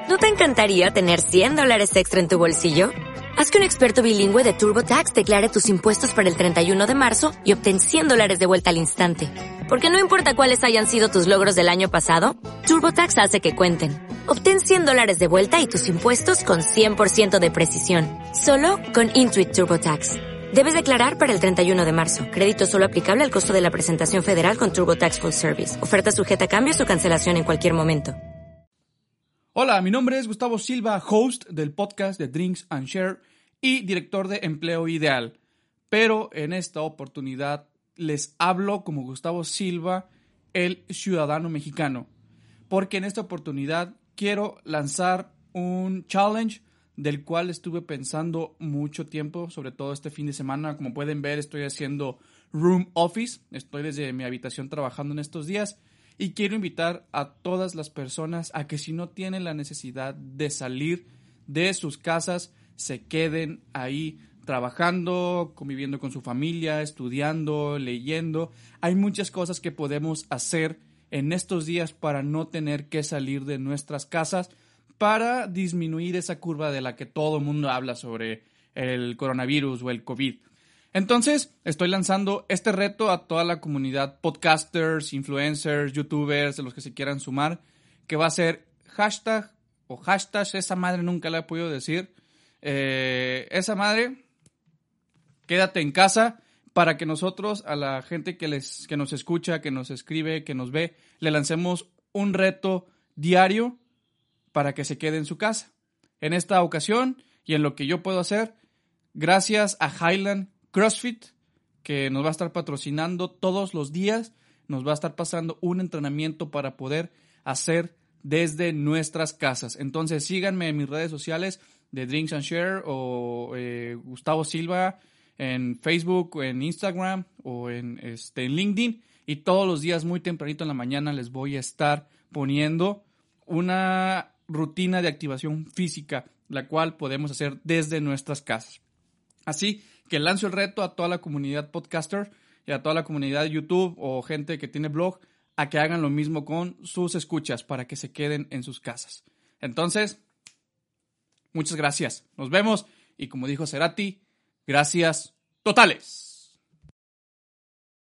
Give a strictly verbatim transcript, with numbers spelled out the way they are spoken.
¿No te encantaría tener cien dólares extra en tu bolsillo? Haz que un experto bilingüe de TurboTax declare tus impuestos para el treinta y uno de marzo y obtén cien dólares de vuelta al instante. Porque no importa cuáles hayan sido tus logros del año pasado, TurboTax hace que cuenten. Obtén cien dólares de vuelta y tus impuestos con cien por ciento de precisión. Solo con Intuit TurboTax. Debes declarar para el treinta y uno de marzo. Crédito solo aplicable al costo de la presentación federal con TurboTax Full Service. Oferta sujeta a cambios o cancelación en cualquier momento. Hola, mi nombre es Gustavo Silva, host del podcast de Drinks and Share y director de Empleo Ideal. Pero en esta oportunidad les hablo como Gustavo Silva, el ciudadano mexicano. Porque en esta oportunidad quiero lanzar un challenge del cual estuve pensando mucho tiempo, sobre todo este fin de semana. Como pueden ver, estoy haciendo room office. Estoy desde mi habitación trabajando en estos días. Y quiero invitar a todas las personas a que si no tienen la necesidad de salir de sus casas, se queden ahí trabajando, conviviendo con su familia, estudiando, leyendo. Hay muchas cosas que podemos hacer en estos días para no tener que salir de nuestras casas, para disminuir esa curva de la que todo el mundo habla sobre el coronavirus o el COVID. Entonces, estoy lanzando este reto a toda la comunidad podcasters, influencers, youtubers, de los que se quieran sumar, que va a ser hashtag o hashtag, esa madre nunca la he podido decir, eh, esa madre, quédate en casa, para que nosotros, a la gente que, les, que nos escucha, que nos escribe, que nos ve, le lancemos un reto diario para que se quede en su casa. En esta ocasión, y en lo que yo puedo hacer, gracias a Highland CrossFit, que nos va a estar patrocinando todos los días, nos va a estar pasando un entrenamiento para poder hacer desde nuestras casas. Entonces síganme en mis redes sociales de Drinks and Share o eh, Gustavo Silva en Facebook o en Instagram o en, este, en LinkedIn, y todos los días muy tempranito en la mañana les voy a estar poniendo una rutina de activación física, la cual podemos hacer desde nuestras casas. Así que lanzo el reto a toda la comunidad podcaster y a toda la comunidad de YouTube o gente que tiene blog a que hagan lo mismo con sus escuchas para que se queden en sus casas. Entonces, muchas gracias. Nos vemos y como dijo Cerati, gracias totales.